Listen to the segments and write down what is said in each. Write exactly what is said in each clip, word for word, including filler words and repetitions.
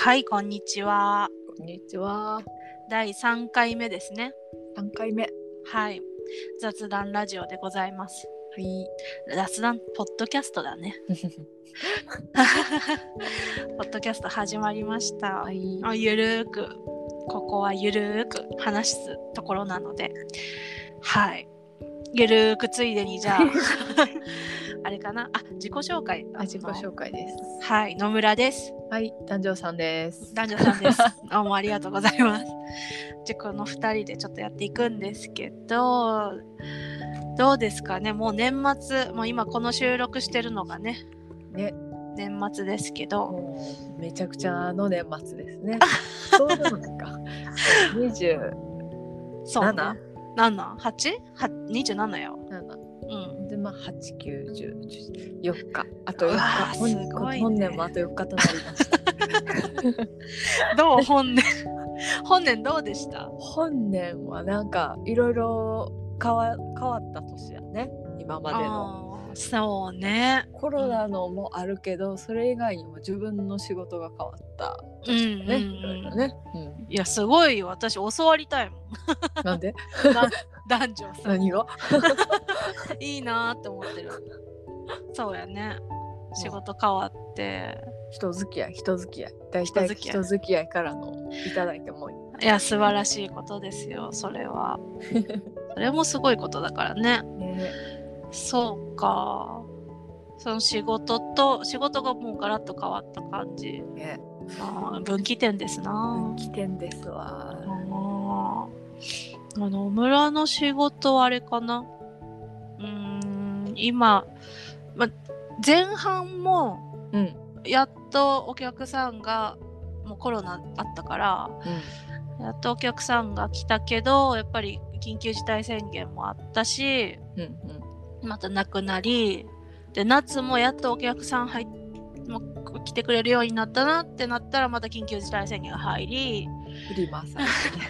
はい、こんにちは。 こんにちは。 だいさんかいめですね。 さんかいめ。 はい、雑談ラジオでございます。 はい。 雑談ポッドキャストだね。ポッドキャスト始まりました。 はい。 あゆるーく、ここはゆるーく話すところなので、はい。ゆるーくついでにじゃああれかなあ自己紹介あ自己紹介です。 はい野村です。 はい、男女さんです。 男女さんです。どうもありがとうございます。じゃあこのふたりでちょっとやっていくんですけど、どうですかね。もう年末、もう今この収録してるのがねね、 年末ですけど、 もうめちゃくちゃの年末ですね。そうでもないか。にじゅうそうね。 なな、 なな、はち、はにじゅうななよ。 ななうん。 でまあはち、きゅう、じゅう、じゅうよっか、あとよっうわか。 ーすごいね。 本年もあとよっかとなりました。 どう本年本年どうでした？ 本年はなんかいろいろ変わ変わった年やね。今までの。 そうね。 コロナのもあるけど、うん、それ以外にも自分の仕事が変わった年だね、いろいろね、うん、 いやすごいよ。私教わりたいもん。 なんで男女さん何がいいなって思ってる。そうやね。仕事変わって人付き合い人付き合い大体人付き合いからのいただいてもいい。 いや素晴らしいことですよ。それはそれもすごいことだからね。ね、そうか。その仕事と仕事がもうガラッと変わった感じ、ね、あ分岐点ですな。 分岐点ですわ。 ああの村の仕事はあれかな。うーん今、ま、前半もやっとお客さんがもうコロナあったから、うん、やっとお客さんが来たけどやっぱり緊急事態宣言もあったし、うんうん、またなくなりで夏もやっとお客さん入っもう来てくれるようになったなってなったらまた緊急事態宣言が入りフリマさん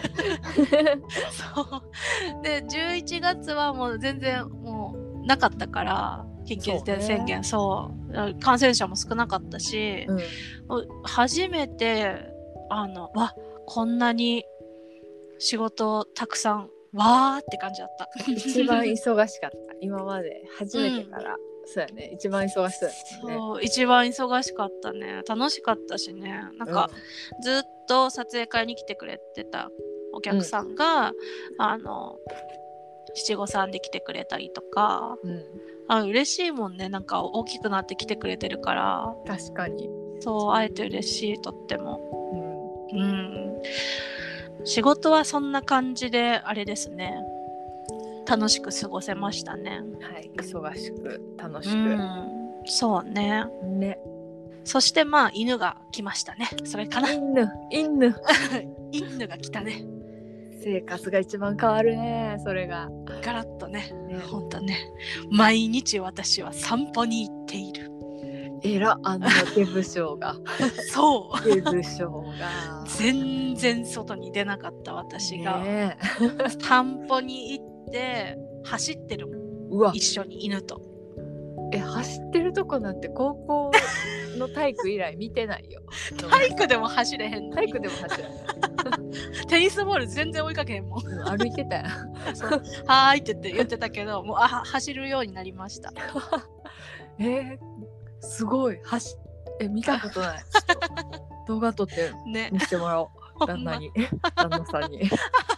そうでじゅういちがつはもう全然もうなかったから緊急事態宣言 そう、ね、そう感染者も少なかったし、うん、初めてあのわこんなに仕事たくさんわーって感じだった。 一番忙しかった今まで初めてから、うん、そうやね一番忙しそうだったね。 そう一番忙しかったね。楽しかったしねなんか、うん、ずっと撮影会に来てくれてたお客さんが、うん、あの七五三で来てくれたりとか、うん、あ嬉しいもんね。なんか大きくなって来てくれてるから確かにそう会えて嬉しいとっても、うん、うん仕事はそんな感じであれですね楽しく過ごせましたね。 はい忙しく楽しく、 うん、そうねねそしてまあ犬が来ましたね。それかな犬犬犬が来たね。 生活が一番変わるねそれがガラッとねほんとね毎日私は散歩に行っている。 えらあのデブ症がそうデブ症が全然外に出なかった私が、ね、散歩に行って走ってるもん。うわ一緒に犬とえ走ってるとこなんて高校の体育以来見てないよ体育でも走れへんの体育でも走れへんテニスボール全然追いかけへんもん歩いてたよはーいって言って言ってたけどもうあ走るようになりましたえー、すごい走え見たことない動画撮って見せてもらおう、ね、旦那に旦那さんに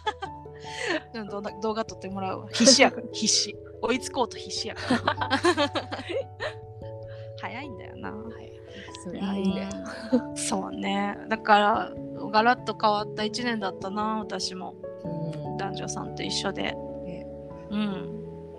動画撮ってもらう必死やから必死追いつこうと必死やから早いんだよな。 それはいいねそうねだからガラッと変わったいちねんだったな私も、うん、男女さんと一緒で、ね、うん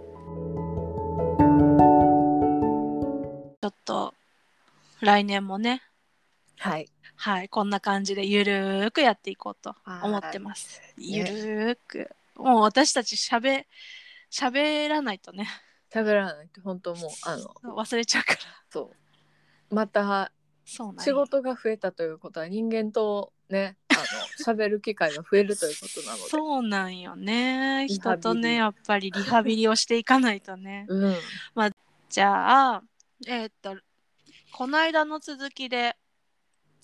ちょっと来年もねはいはいこんな感じでゆるーくやっていこうと思ってます、ね、ゆるーくもう私たちしゃべしゃべらないとね喋らないと本当もうあの忘れちゃうからそうまたそう仕事が増えたということは人間とねあの喋る機会が増えるということなのでそうなんよね人とねやっぱりリハビリをしていかないとね、うんまあ、じゃあえー、っとこの間の続きで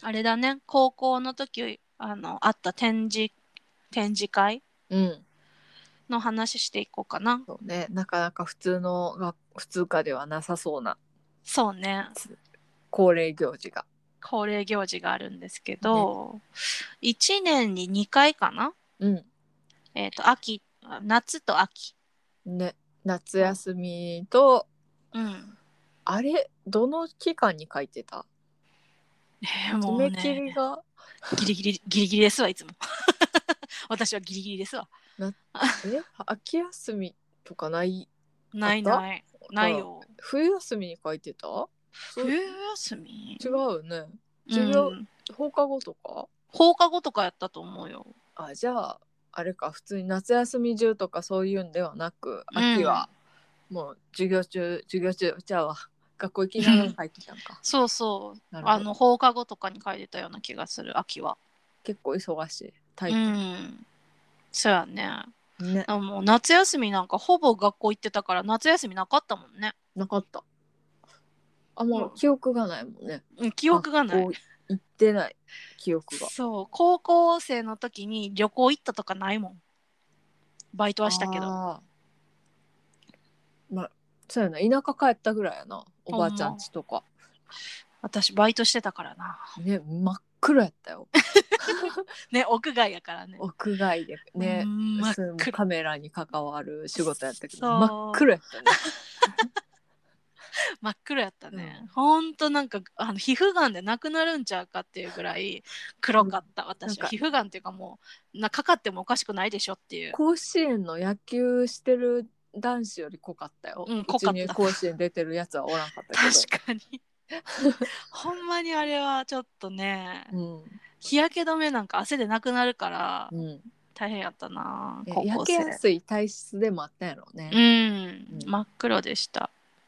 あれだね、高校の時あのあった展示展示会の話していこうかな。 そうね、なかなか普通のが普通科ではなさそうなそうね、 恒例行事が恒例行事があるんですけど、ね、いちねんににかいかな、 うん、 えっ、ー、と秋夏と秋ね、夏休みと、 うん、 あれどの期間に書いてた？ えー、もうね、 締め切りがギリギリギリギリですわ、いつも私はギリギリですわ。 なえ秋休みとかないないないないよ。 冬休みに書いてた？ 冬休み違うね。授業、うん、放課後とか放課後とかやったと思うよ。 あ、じゃああれか、普通に夏休み中とかそういうんではなく、うん、秋はもう授業中授業中じゃあ学校行きながら書いてたんかそうそう、あの放課後とかに書いてたような気がする。秋は結構忙しいタイプ。 うん、そうやね。ね、もう夏休みなんかほぼ学校行ってたから夏休みなかったもんね。 なかった。あ、もう記憶がないもんね。 うん、記憶がない。 行ってない記憶が。 そう、高校生の時に旅行行ったとかないもん。バイトはしたけど。 あ、まあ、そうやな、田舎帰ったぐらいやな、おばあちゃん家とか。 私バイトしてたからな。 ね、真っ黒やったよ。 ね、屋外やからね。 屋外でね、カメラに関わる仕事やったけど真っ黒やったね。 真っ黒やったね。うん、ほんとなんかあの皮膚がんでなくなるんちゃうかっていうぐらい黒かった、うん、私は。皮膚がんっていうかもうなかかってもおかしくないでしょっていう。 甲子園の野球してる男子より濃かったよ。うん、濃かった。うちに甲子園出てるやつはおらんかったけど。 確かにほんまにあれはちょっとね、うん、日焼け止めなんか汗でなくなるから、うん、大変やったな。 高校生焼けやすい体質でもあったんやろうね。 うん、うん、真っ黒でした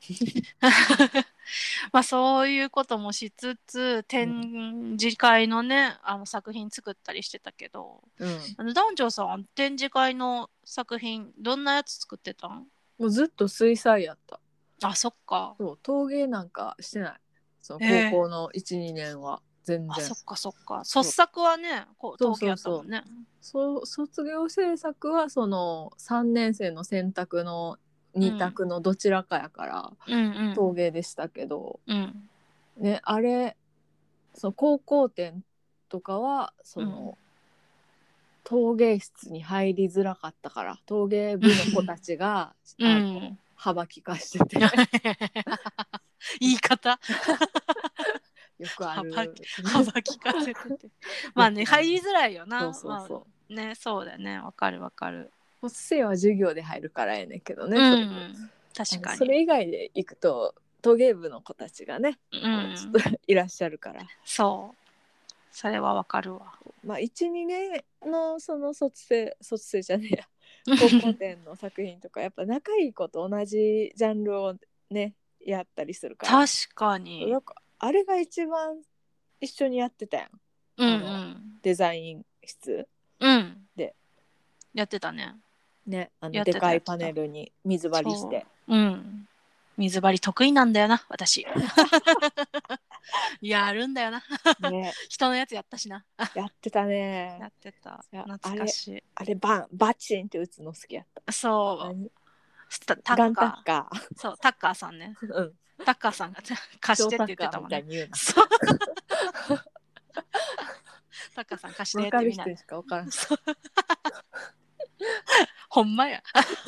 まあそういうこともしつつ展示会のね、あの作品作ったりしてたけど、うん、あの団長さん展示会の作品どんなやつ作ってたん？ もうずっと水彩やった。 あ、そっか。 そう陶芸なんかしてない。その高校の いち,に 年は全然。 あ、そっかそっか。卒作はね、こう陶芸やったもんね。 そうそうそう。卒業制作はそのさんねん生の選択のに択のどちらかやから、うん、陶芸でしたけど、うんね、あれその高校展とかはその、うん、陶芸室に入りづらかったから陶芸部の子たちが、うん、あの幅利かしてて言い方よくある幅利かせててまあね入りづらいよな。そうそうそう、まあ、ね、そうだよね、わかるわかる。 卒生は授業で入るからやねんけどね、 うん、確かに。 それ以外で行くと陶芸部の子たちがね、うん、ちょっといらっしゃるから。 そうそれはわかるわ。 まあ いち,に 年のその卒生卒生じゃねえや高校展の作品とかやっぱ仲いい子と同じジャンルをねやったりするから。 確かになんかあれが一番一緒にやってたやん、うんうん、あのデザイン室、うん、でやってたね。 ね、あのでかいパネルに水張りして、 うん、水張り得意なんだよな私やるんだよな、ね、人のやつやったしな。 やってたね。 やってた。懐かしい。 あれ、あれバンバチンって打つの好きやった。 そうタッカーガンタッカーそうタッカーさんね、うん、タッカーさんが貸してって言ってたもんね。そうタッカーさん貸してってみんな。 分かる人しか分からんほんまやい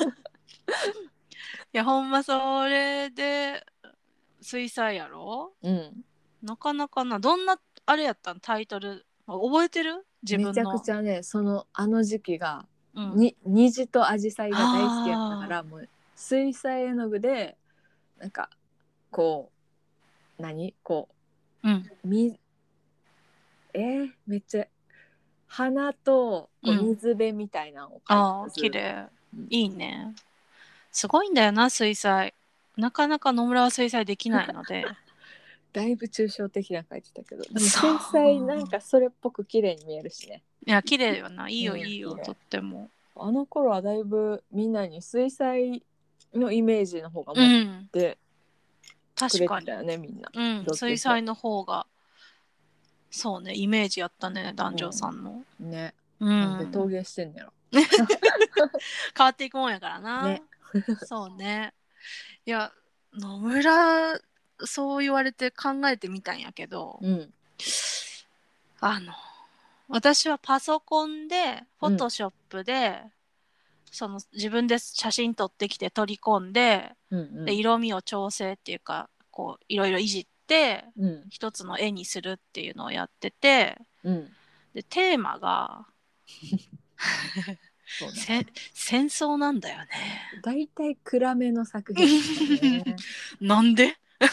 やほんまそれで水彩やろ、うん、なかなかな。どんなあれやったんタイトル覚えてる？自分の。 めちゃくちゃね、そのあの時期が、うん、に虹と紫陽花が大好きやったからもう水彩絵の具でなんかこう何こう、うん、みえー、めっちゃ花とこう水辺みたいなのを描いて、うん、 あ綺麗、うん、いいね。すごいんだよな水彩。なかなか野村は水彩できないのでだいぶ抽象的な書いてたけど、でも水彩なんかそれっぽく綺麗に見えるしね。 いや綺麗よな、いいよいいよ、とっても。 あの頃はだいぶみんなに水彩のイメージの方が持ってくれてたよね、うん、みんな、 うん、水彩の方がそうね、イメージやったね、男女さんの。 うん、ね、 うん、 なんで陶芸してんやろ。 変わっていくもんやからな。ね、そうね。いや、野村、そう言われて考えてみたんやけど、うん、あの、私はパソコンで、フォトショップで、うん、その自分で写真撮ってきて取り込んで、うんうん、で色味を調整っていうか、こういろいろいじって、うん、一つの絵にするっていうのをやってて、うん、でテーマがそうね、戦争なんだよね。 だいたい暗めの作品だね。 なんで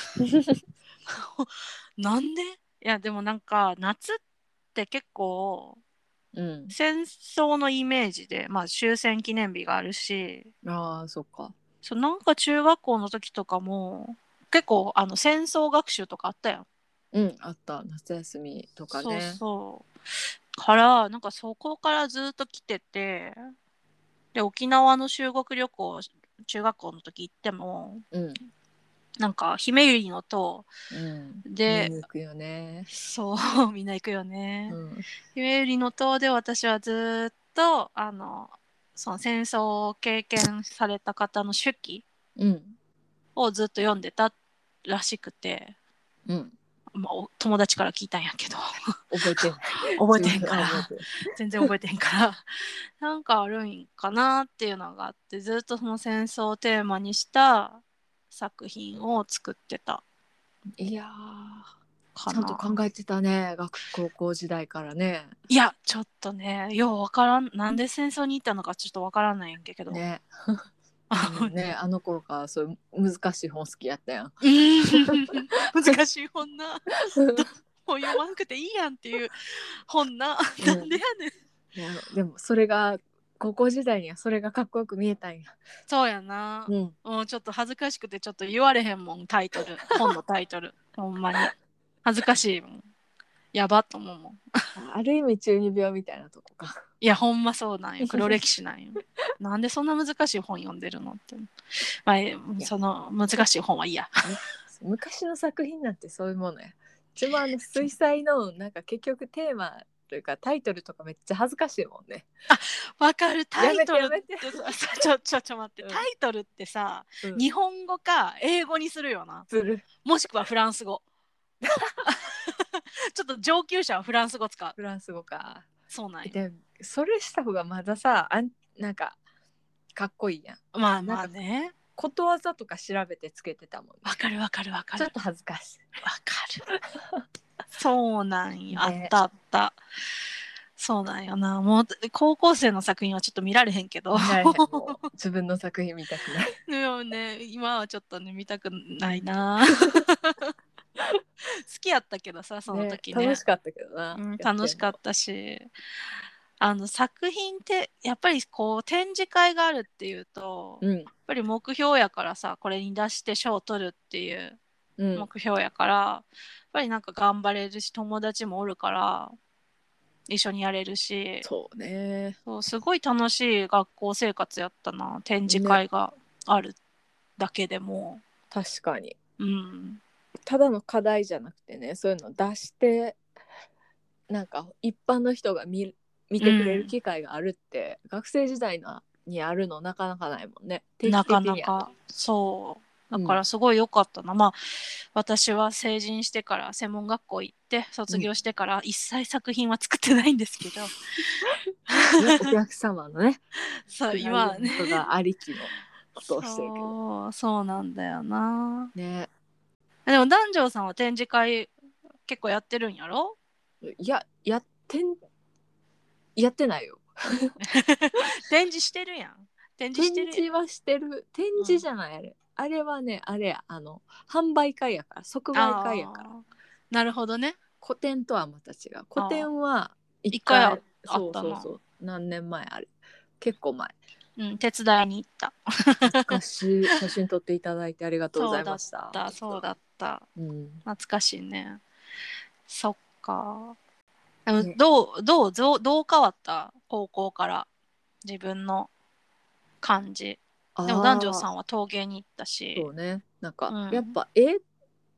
なんで？いやでもなんか夏って結構、うん、戦争のイメージで、まあ終戦記念日があるし、 ああそっか。 そうなんか中学校の時とかも結構あの戦争学習とかあったよ。 うん、あった。夏休みとかね。 そうそうからなんかそこからずっと来てて、で沖縄の修学旅行中学校の時行っても、うん、なんか姫百合の塔、うん、で見に行くよね。 そうみんな行くよね、うん、姫百合の塔で私はずっとあのその戦争を経験された方の手記をずっと読んでたらしくて、うん、まあ、友達から聞いたんやけど覚えてない覚えてへんから全然覚えてへんからなんかあるんかなっていうのがあって、ずっとその戦争をテーマにした作品を作ってた。 いやーちゃんと考えてたね、学高校時代からね。 いやちょっとねようわからん、なんで戦争に行ったのかちょっとわからないんやけどねね、あの頃からそういう難しい本好きやったやん難しい本な本読まなくていいやんっていう本な、うん、なんでやねん。 いやでもそれが高校時代にはそれがかっこよく見えたんや。 そうやな、うん、もうちょっと恥ずかしくてちょっと言われへんもんタイトル本のタイトルほんまに恥ずかしいもん、やばっと思うもんある意味中二病みたいなとこか。 いやほんまそうなんよ、黒歴史なんよなんでそんな難しい本読んでるのって、まあ、その難しい本はいいや、 ね、昔の作品なんてそういうものや。一番あの水彩のなんか結局テーマというかタイトルとかめっちゃ恥ずかしいもんね。 あ、わかる。タイトルってちょちょちょ待って、うん、タイトルってさ、うん、日本語か英語にするよな。 する。 もしくはフランス語。ちょっと上級者はフランス語使う。 フランス語か。 そうなんや。 でそれした方がまださあんなんかかっこいいやん。 まあまあね。 ことわざとか調べてつけてたもんね。 わかるわかるわかる。 ちょっと恥ずかしい。 わかる。そうなんや、ね、あったあった。そうなんよな。もう高校生の作品はちょっと見られへんけど。 自分の作品見たくない。 でもね、今はちょっとね見たくないな。好きやったけどさその時ね、 ね楽しかったけどな、 うん、楽しかったし、あの作品ってやっぱりこう展示会があるっていうと、うん、やっぱり目標やからさ、これに出して賞を取るっていう目標やから、うん、やっぱりなんか頑張れるし友達もおるから一緒にやれるし、 そうね、 そうすごい楽しい学校生活やったな、展示会があるだけでも、ね、 確かに、 うん、 ただの課題じゃなくてね、そういうの出してなんか一般の人が 見, 見てくれる機会があるって、うん、学生時代のにあるのなかなかないもんね。定期的にある。なかなかそうだからすごい良かったな、うん、まあ私は成人してから専門学校行って卒業してから一切作品は作ってないんですけど、 うん、お客様のねそう今はねがありきのことをしてるけど、 そうそうなんだよな、 ね、 でも南條さんは展示会結構やってるんやろ？ いややってんやってないよ展示してるやん。展示してる。 展示はしてる。展示じゃない、うん、あれあれはね、あれや、あの販売会やから、即売会やから。 なるほどね。 個展とはまた違う。個展は一回あったな。 そうそうそう、何年前あれ、結構前、 うん、手伝いに行った。 懐かしい。写真撮っていただいてありがとうございました。 そうだった、そうだった、うん、懐かしいね。そっか。でも、ね、どうどうどうどう変わった高校から自分の感じ。でも南條さんは陶芸に行ったし。 そうね、なんか、うん、やっぱ絵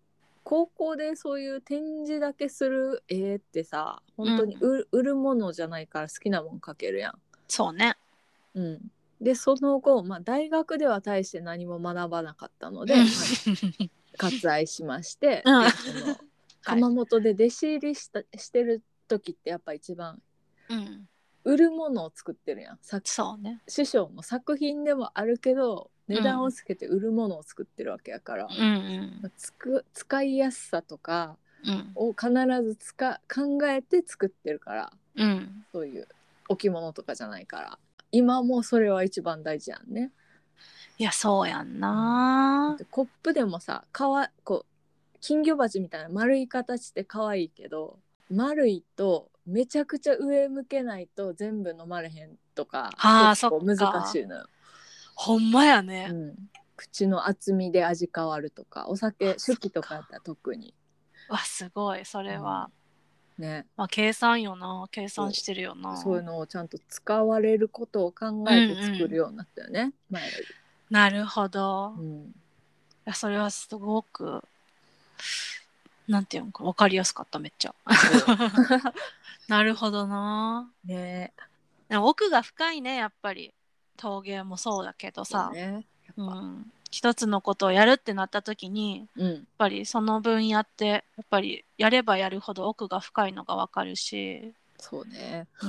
高校でそういう展示だけする絵ってさ本当に売る、うん、売るものじゃないから好きなもん描けるやん。 そうね。 うん、でその後、まあ、大学では大して何も学ばなかったので、まあ、割愛しまして、うん、でその窯元で弟子入りしたしてる時ってやっぱ一番、うん、売るものを作ってるやん。 そうね。 師匠の作品でもあるけど値段をつけて売るものを作ってるわけやから、うんうん、つく使いやすさとかを必ずつか考えて作ってるから、うん、そういう置物とかじゃないから今もそれは一番大事やんね。 いやそうやんな、 うん、コップでもさかわこう金魚鉢みたいな丸い形って可愛いけど丸いとめちゃくちゃ上向けないと全部飲まれへんとか結構難しいのよ。 ほんまやね、 うん、口の厚みで味変わるとかお酒酒器とかやったら特に。 わすごいそれは、 うん、ね、 まあ計算よな計算してるよな。 そういうのをちゃんと使われることを考えて作るようになったよね、うんうん、前より。 なるほど、うん、いやそれはすごくなんていうのか分かりやすかっためっちゃなるほどなね。でも奥が深いねやっぱり陶芸もそうだけどさ、ね、やっぱ、うん、一つのことをやるってなった時に、うん、やっぱりその分野ってやっぱりやればやるほど奥が深いのが分かるし。 そうね、 うん、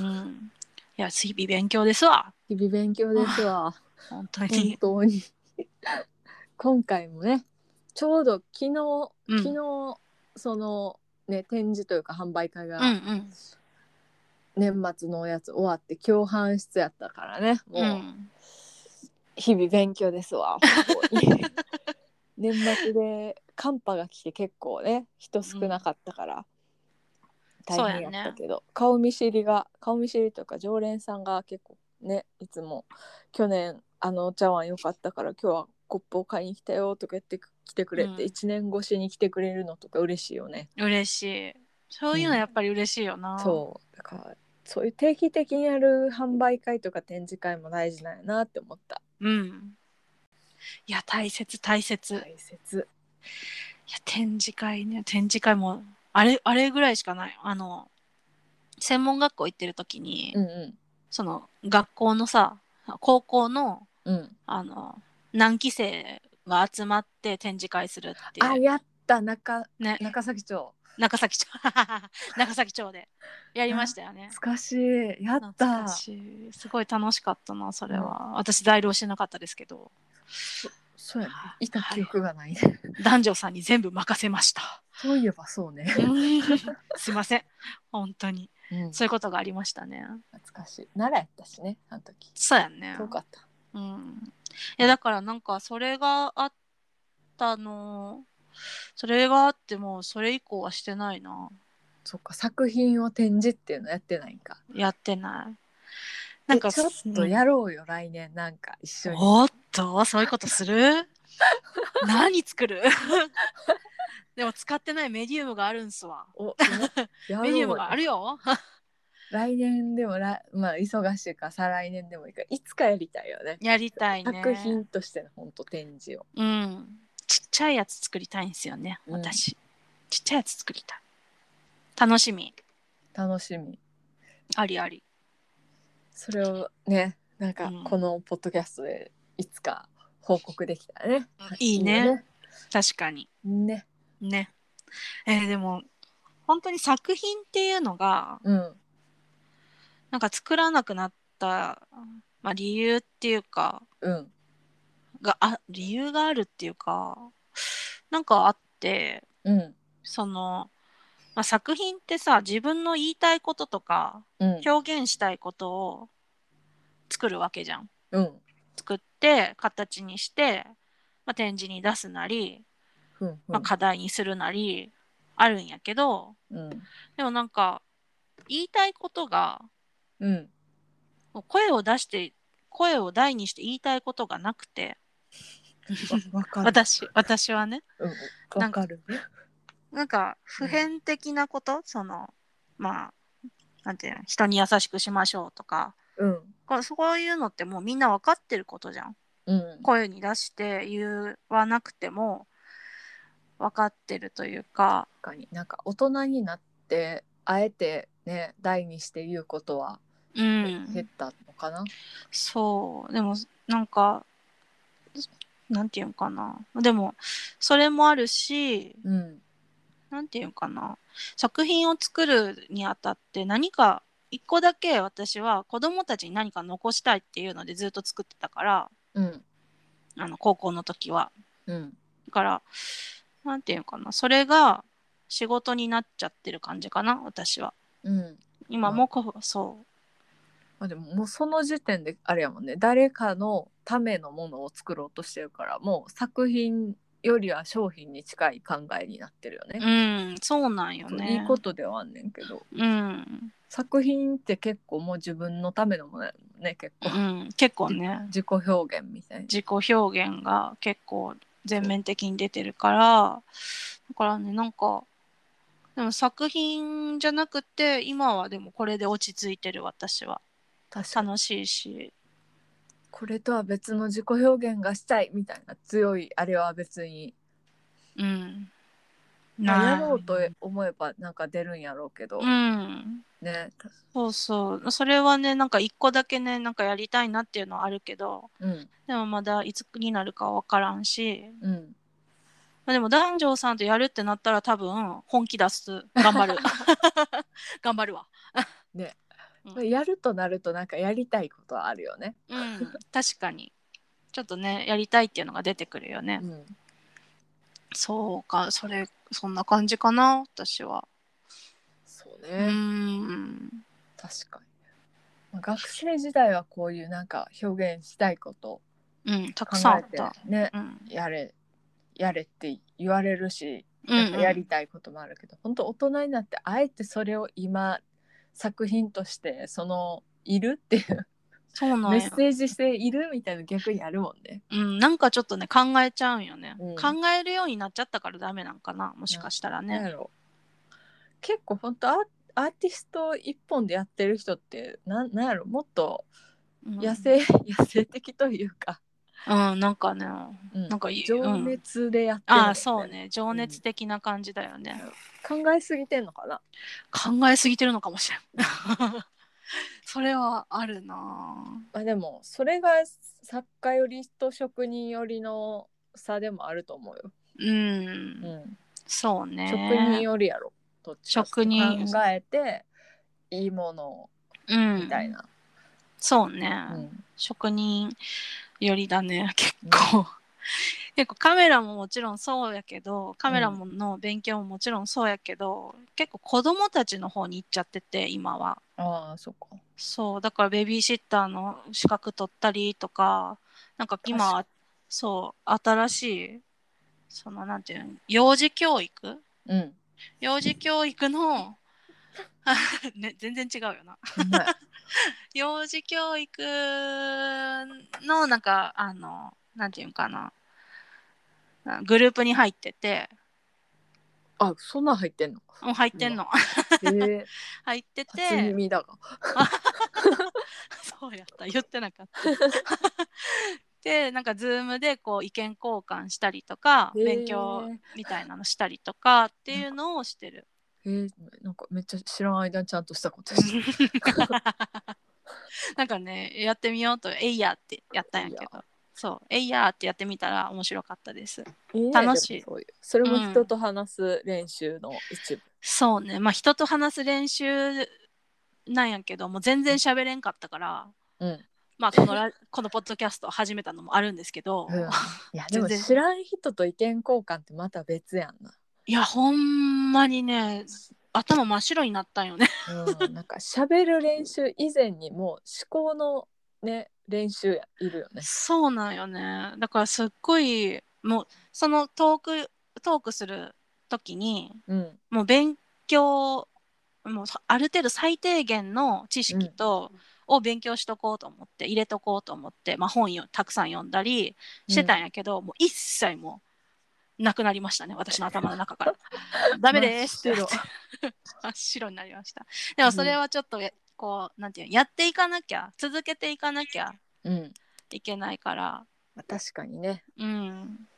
いや日々勉強ですわ。 日々勉強ですわ本当に本当に今回もねちょうど昨日、うん、昨日そのね展示というか販売会が、うんうん、年末のおやつ終わって今日搬出やったからねもう、うん、日々勉強ですわ年末で寒波が来て結構ね人少なかったから大変やったけど、ね、顔見知りが顔見知りというか常連さんが結構ねいつも去年あのお茶碗良かったから今日はコップを買いに来たよとか言って来てくれて、うん、いちねん越しに来てくれるのとか嬉しいよね。 嬉しいそういうのやっぱり嬉しいよな、うん、 そうだからそういう定期的にやる販売会とか展示会も大事なんやなって思った。 うんいや大切大切大切。 いや展示会ね展示会もあれあれぐらいしかない。あの専門学校行ってる時に、うんうん、その学校のさ高校の、うん、あの何期生が集まって展示会するってあやった中、ね、中崎町中崎町中崎町でやりましたよね。 懐かしいやった懐かしいすごい楽しかったなそれは、うん、私在寮してなかったですけどそそうやねいた記憶がないね、 はい、男女さんに全部任せました。 そういえばそうねすいません本当に、うん、そういうことがありましたね。 懐かしい奈良やったしねあの時。 そうやね遠かった、 うん、いやだからなんかそれがあったのそれがあってもそれ以降はしてないな。 そっか作品を展示っていうのやってないんか。 やってない。 なんかちょっとやろうよ、うん、来年なんか一緒に。 おっとそういうことする何作るでも使ってないメディウムがあるんすわ。おメディウムがあるよ来年でもら、まあ、忙しいから再来年でもいいからいつかやりたいよね。 やりたいね作品としての本当展示を、 うん、ちっちゃいやつ作りたいんですよね私、うん、ちっちゃいやつ作りたい。楽しみ楽しみありあり。 それをねなんかこのポッドキャストでいつか報告できたらね、 うん、いいね、ね確かにねねえー、でも本当に作品っていうのが、うん、なんか作らなくなった、まあ、理由っていうか、うん、があ理由があるっていうかなんかあって、うん、その、まあ、作品ってさ自分の言いたいこととか、うん、表現したいことを作るわけじゃん、うん、作って形にして、まあ、展示に出すなり、うんうんまあ、課題にするなりあるんやけど、うん、でもなんか言いたいことが、うん、声を出して声を大にして言いたいことがなくてわかる私私はね、 うん、わかるねなんか普遍的なこと、うん、そのまあなんていうの人に優しくしましょうとか、うん、そういうのってもうみんな分かってることじゃん、うん、声に出して言わなくても分かってるというか、 確かになんか大人になってあえてね大にして言うことは減ったのかな、うん、 そうでもなんかなんていうんかな、でもそれもあるし、うん、なんていうんかな、作品を作るにあたって何か一個だけ私は子供たちに何か残したいっていうのでずっと作ってたから、うん、あの高校の時は、うん、だからなんていうかな、それが仕事になっちゃってる感じかな私は、うん、今もこ、まあ、そう、 まあ、でももうその時点であれやもんね、誰かのためのものを作ろうとしてるから、もう作品よりは商品に近い考えになってるよね。 うん、そうなんよね。 いいことではあんねんけど、うん、作品って結構もう自分のためのものやもんね、結構、 うん、結構ね、 自己表現みたいな、 自己表現が結構全面的に出てるから、だからね、なんかでも作品じゃなくて今はでもこれで落ち着いてる私は。楽しいし、 これとは別の自己表現がしたいみたいな強いあれは別に、うん、まあ、やろうと思えばなんか出るんやろうけど、うん、 ね、そうそうそれはね、なんか一個だけねなんかやりたいなっていうのはあるけど、うん、でもまだいつになるか分からんし、うん、まあ、でも男女さんとやるってなったら多分本気出す、頑張る頑張るわね、うん、やるとなるとなんかやりたいことはあるよね。 うん、確かにちょっとねやりたいっていうのが出てくるよね、うん、そうか、それそんな感じかな私は。 そうね、うん、確かに、まあ、学生時代はこういうなんか表現したいことうん、たくさんあったね、うん、やれやれって言われるし、なんかやりたいこともあるけど、うんうん、本当大人になってあえてそれを今作品としてそのいるっていうそうなんメッセージ性いるみたいな逆にあるもんね。 うん、なんかちょっとね考えちゃうんよね、うん、考えるようになっちゃったからダメなんかな、もしかしたらね。 なんやろ、結構本当アアーティスト一本でやってる人ってな、なんやろ、もっと野生、うん、野生的というか、 うん、なんかね、うん、なんか情熱でやってる、ね、 うん、ああそうね、情熱的な感じだよね、 うん、考えすぎてんのかな、 考えすぎてるのかもしれんそれはあるな。 あ、でもそれが作家よりと職人よりの差でもあると思うよ。 うん、うん、そうね、 職人よりやろ、どっちか職人考えていいものみたいな、うん、 そうね、うん、職人よりだね結構、うん、結構カメラももちろんそうやけど、カメラもの勉強ももちろんそうやけど、うん、結構子供たちの方に行っちゃってて今は。 ああ、そっか。 そうだからベビーシッターの資格取ったりとか、なんか今はそう新しいそのなんていうの幼児教育、うん、幼児教育のね、全然違うよな幼児教育のなんかあのなんていうのかな、グループに入ってて。 あ、そんなん入ってんの？ もう入ってんの。 へ入ってて。 初耳だが。 そうやった、言ってなかった。で、なんかズームでこう意見交換したりとか、勉強みたいなのしたりとかっていうのをしてる。 へえ、なんかめっちゃ知らん間にちゃんとしたことしてなんかね、やってみようと、えいやってやったんやけど。そう、えいやってやってみたら面白かったです。いいね、楽しい。 そういうそれも人と話す練習の一部、うん、 そうね、まあ人と話す練習なんやけど、もう全然喋れんかったから、うん、まあこのラこのポッドキャストを始めたのもあるんですけど、うん、いやでも知らん人と意見交換ってまた別やんな。 いやほんまにね、頭真っ白になったんよね、 うん、なんか喋る練習以前にもう思考のね練習いるよね。 そうなんよね。だからすっごいもうそのトークトークする時に、うん、もう勉強もうある程度最低限の知識と、うん、を勉強しとこうと思って入れとこうと思って、まあ、本をたくさん読んだりしてたんやけど、うん、もう一切もうなくなりましたね、私の頭の中からダメですって真っ白になりました。でもそれはちょっとこうなんていうやっていかなきゃ続けていかなきゃいけないから、 うん、確かにね、 うん、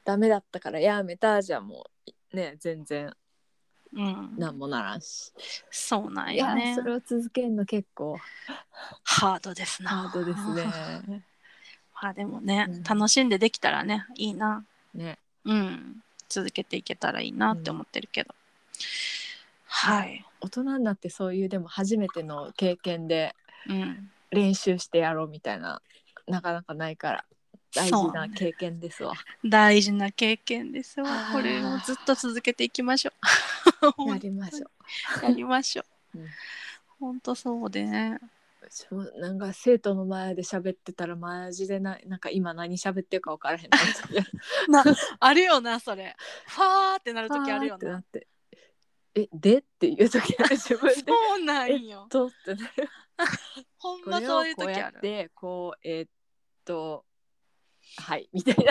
ダメだったからやめたじゃもうね全然うんなんもならんし、 そうなんいよね。 やそれを続けるの結構ハードですな。 ハードですね。 まあでもね、 うん、 楽しんでできたらねいいな。 ね、 うん続けていけたらいいなって思ってるけど、うん、はい大人になってそういうでも初めての経験で練習してやろうみたいな、うん、なかなかないから大事な経験ですわ、 ね、大事な経験ですわ。これをずっと続けていきましょうやりましょうやりましょう、 うん、 ほんとそうでね。 なんか生徒の前で喋ってたらマジでな、なんか今何喋ってるか分からへんなあるよなそれ。ファーってなる時あるよな。なってえでっていう時ある自分で。 そうなんよ。 えっとってなる。 ほんまそういう時ある。 これをこうやってこうえー、っとはいみたいな。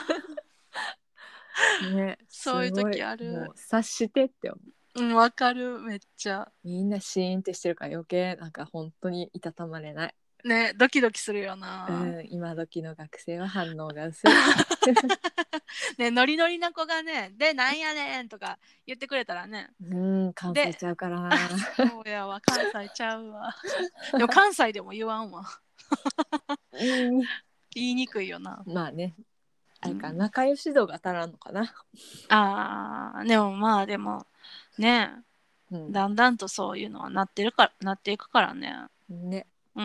ね、 そういう時ある。 もう察してって思う。 うんわかるめっちゃ。 みんなシーンってしてるから余計なんか本当にいたたまれない。 ねドキドキするよな。 うん、今時の学生は反応が薄い。 ねノリノリな子がねでなんやねんとか言ってくれたらね。 うん関西ちゃうからな。 そうやわ関西ちゃうわ。でも関西でも言わんわ。うん、言いにくいよな。 まあね。あれか、うん、仲良し度が足らんのかな。 あーでもまあでもね、うん、だんだんとそういうのはなってるからなっていくからね。ね。うん。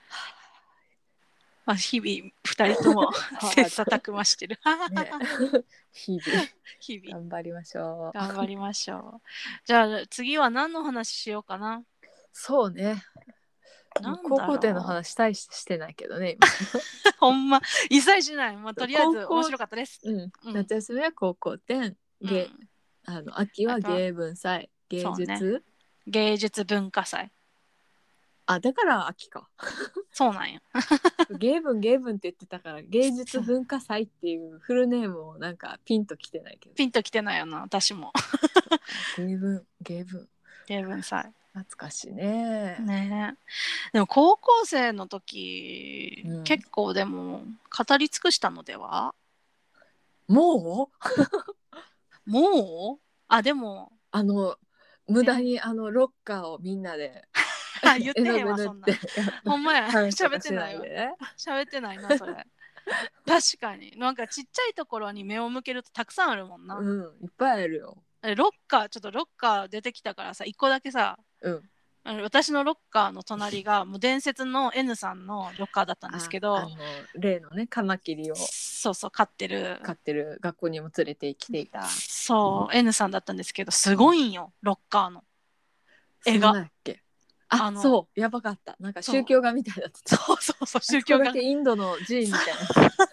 まあ、日々ふたりとも切磋琢磨してる。ね、 日々日々頑張りましょう。 頑張りましょう。じゃあ次は何の話しようかな。 そうね。高校生の話したいしてないけどね今ほんま一切しない、まあ、とりあえず面白かったです、 うんうん、夏休みは高校展、うん、あの秋は芸文祭芸術、ね、 芸術文化祭。 あだから秋かそうなんや芸文芸文って言ってたから芸術文化祭っていうフルネームをなんかピンときてないけど。 ピンときてないよな私も芸文芸文芸文祭懐かしいね。 ねでも高校生の時、うん、結構でも語り尽くしたのでは。 もうもうあでもあの無駄にあのロッカーをみんなで言ってへんわそんな。ほんまや喋ってないわ喋ってないなそれ確かになんかちっちゃいところに目を向けるとたくさんあるもんな。 うんいっぱいあるよ。 ロッカーちょっとロッカー出てきたからさいっこだけさ、うん、私のロッカーの隣がもう伝説の N さんのロッカーだったんですけど、ああの例のねカマキリをそうそう飼ってる飼ってる学校にも連れてきていたそう、うん、N さんだったんですけどすごいんよ、うん、ロッカーの絵が。 そうだっけ。ああそうやばかったなんか宗教画みたいだった。 そうそうそう宗教画だけインドの寺院みたいな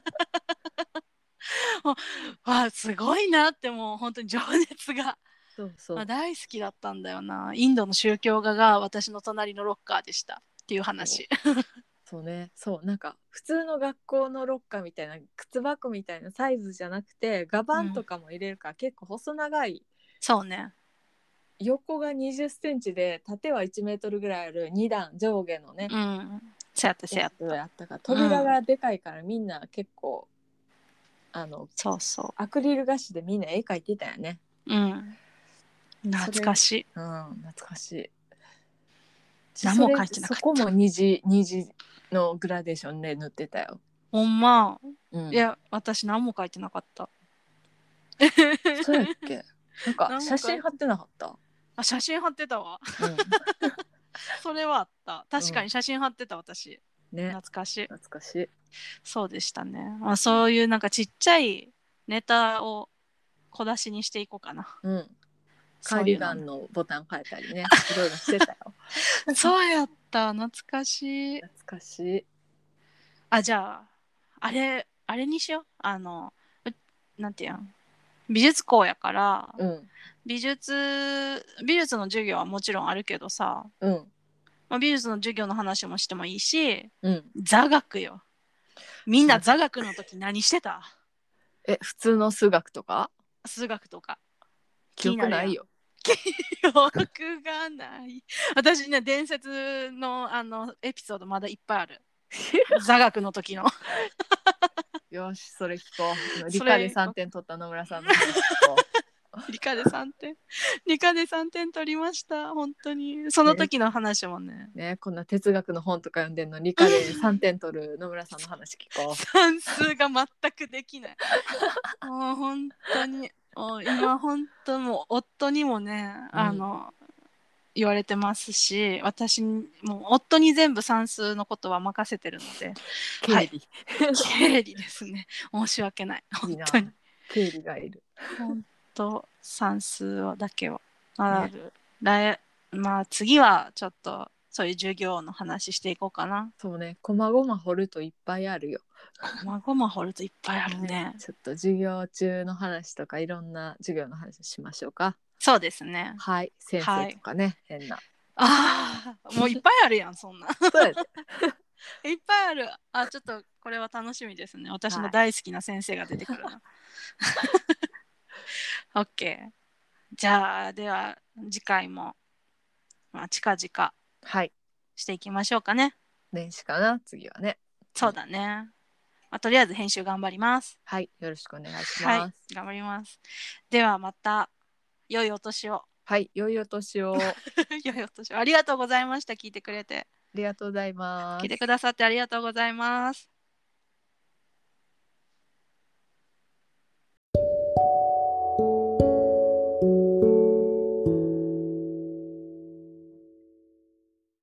わすごいなってもう本当に情熱がそうそう、まあ、大好きだったんだよな。インドの宗教画が私の隣のロッカーでしたっていう話。 そうそうねそうなんか普通の学校のロッカーみたいな靴箱みたいなサイズじゃなくてガバンとかも入れるから、うん、結構細長い。 そうね横がにじゅっセンチで縦はいちメートルぐらいあるに段上下のね、 うん、せやったせやったやったから扉がでかいからみんな結構、うん、あのそうそうアクリル菓子でみんな絵描いてたよね。 うん懐かしい。 うん懐かしい。 何も書いてなかった。 そこも虹虹のグラデーションで塗ってたよ。 ほんま、うん、いや私何も書いてなかった。 そうやっけ。なんか写真貼ってなかった。 あ写真貼ってたわ、うん、それはあった。確かに写真貼ってた私、ね、懐かしい懐かしい。 そうでしたね、まあ、そういうなんかちっちゃいネタを小出しにしていこうかな。うんカーディガンのボタン変えたりねいろいろしてたよそうやった懐かしい懐かしい。 あじゃああれあれにしよう。あのなんていうん美術校やから、うん、美術美術の授業はもちろんあるけどさ、うんまあ、美術の授業の話もしてもいいし、うん、座学よ。みんな座学の時何してた？ え普通の数学とか数学とか記憶ないよ。 記憶がない私ね伝説 の, あのエピソードまだいっぱいある座学の時のよし、それ聞こう。理科でさんてん取った野村さんの話聞こう。 理科でさんてん理科でさんてん取りました。本当にその時の話もね。 ね、こんな哲学の本とか読んでんの理科でさんてん取る野村さんの話聞こう。 算数が全くできない。もう本当にもう今本当もう夫にもね、うん、あの言われてますし、私もう夫に全部算数のことは任せてるので、 経理、はい、 経理ですね。申し訳ない。本当に。 いい経理がいる。 本当算数だけはある。ね、まあ次はちょっとそういう授業の話していこうかな。 そうね、こまごま掘るといっぱいあるよ。 こまごま掘るといっぱいあるね、 はい、ちょっと授業中の話とかいろんな授業の話しましょうか。 そうですね。 はい、先生とかね、はい、変な。 ああ、もういっぱいあるやんそんな。 そうやでいっぱいある。あ、ちょっとこれは楽しみですね。私の大好きな先生が出てくるな。オッケー。じゃあでは次回も、まあ、近々していきましょうかね。 年始かな、次はね。 そうだね。まあ、とりあえず編集頑張ります。 はい、よろしくお願いします。 はい、頑張ります。ではまた良いお年を。 はい、良いお年を。 良いお年を。ありがとうございました。聞いてくれて。 ありがとうございます。 聞いてくださってありがとうございます。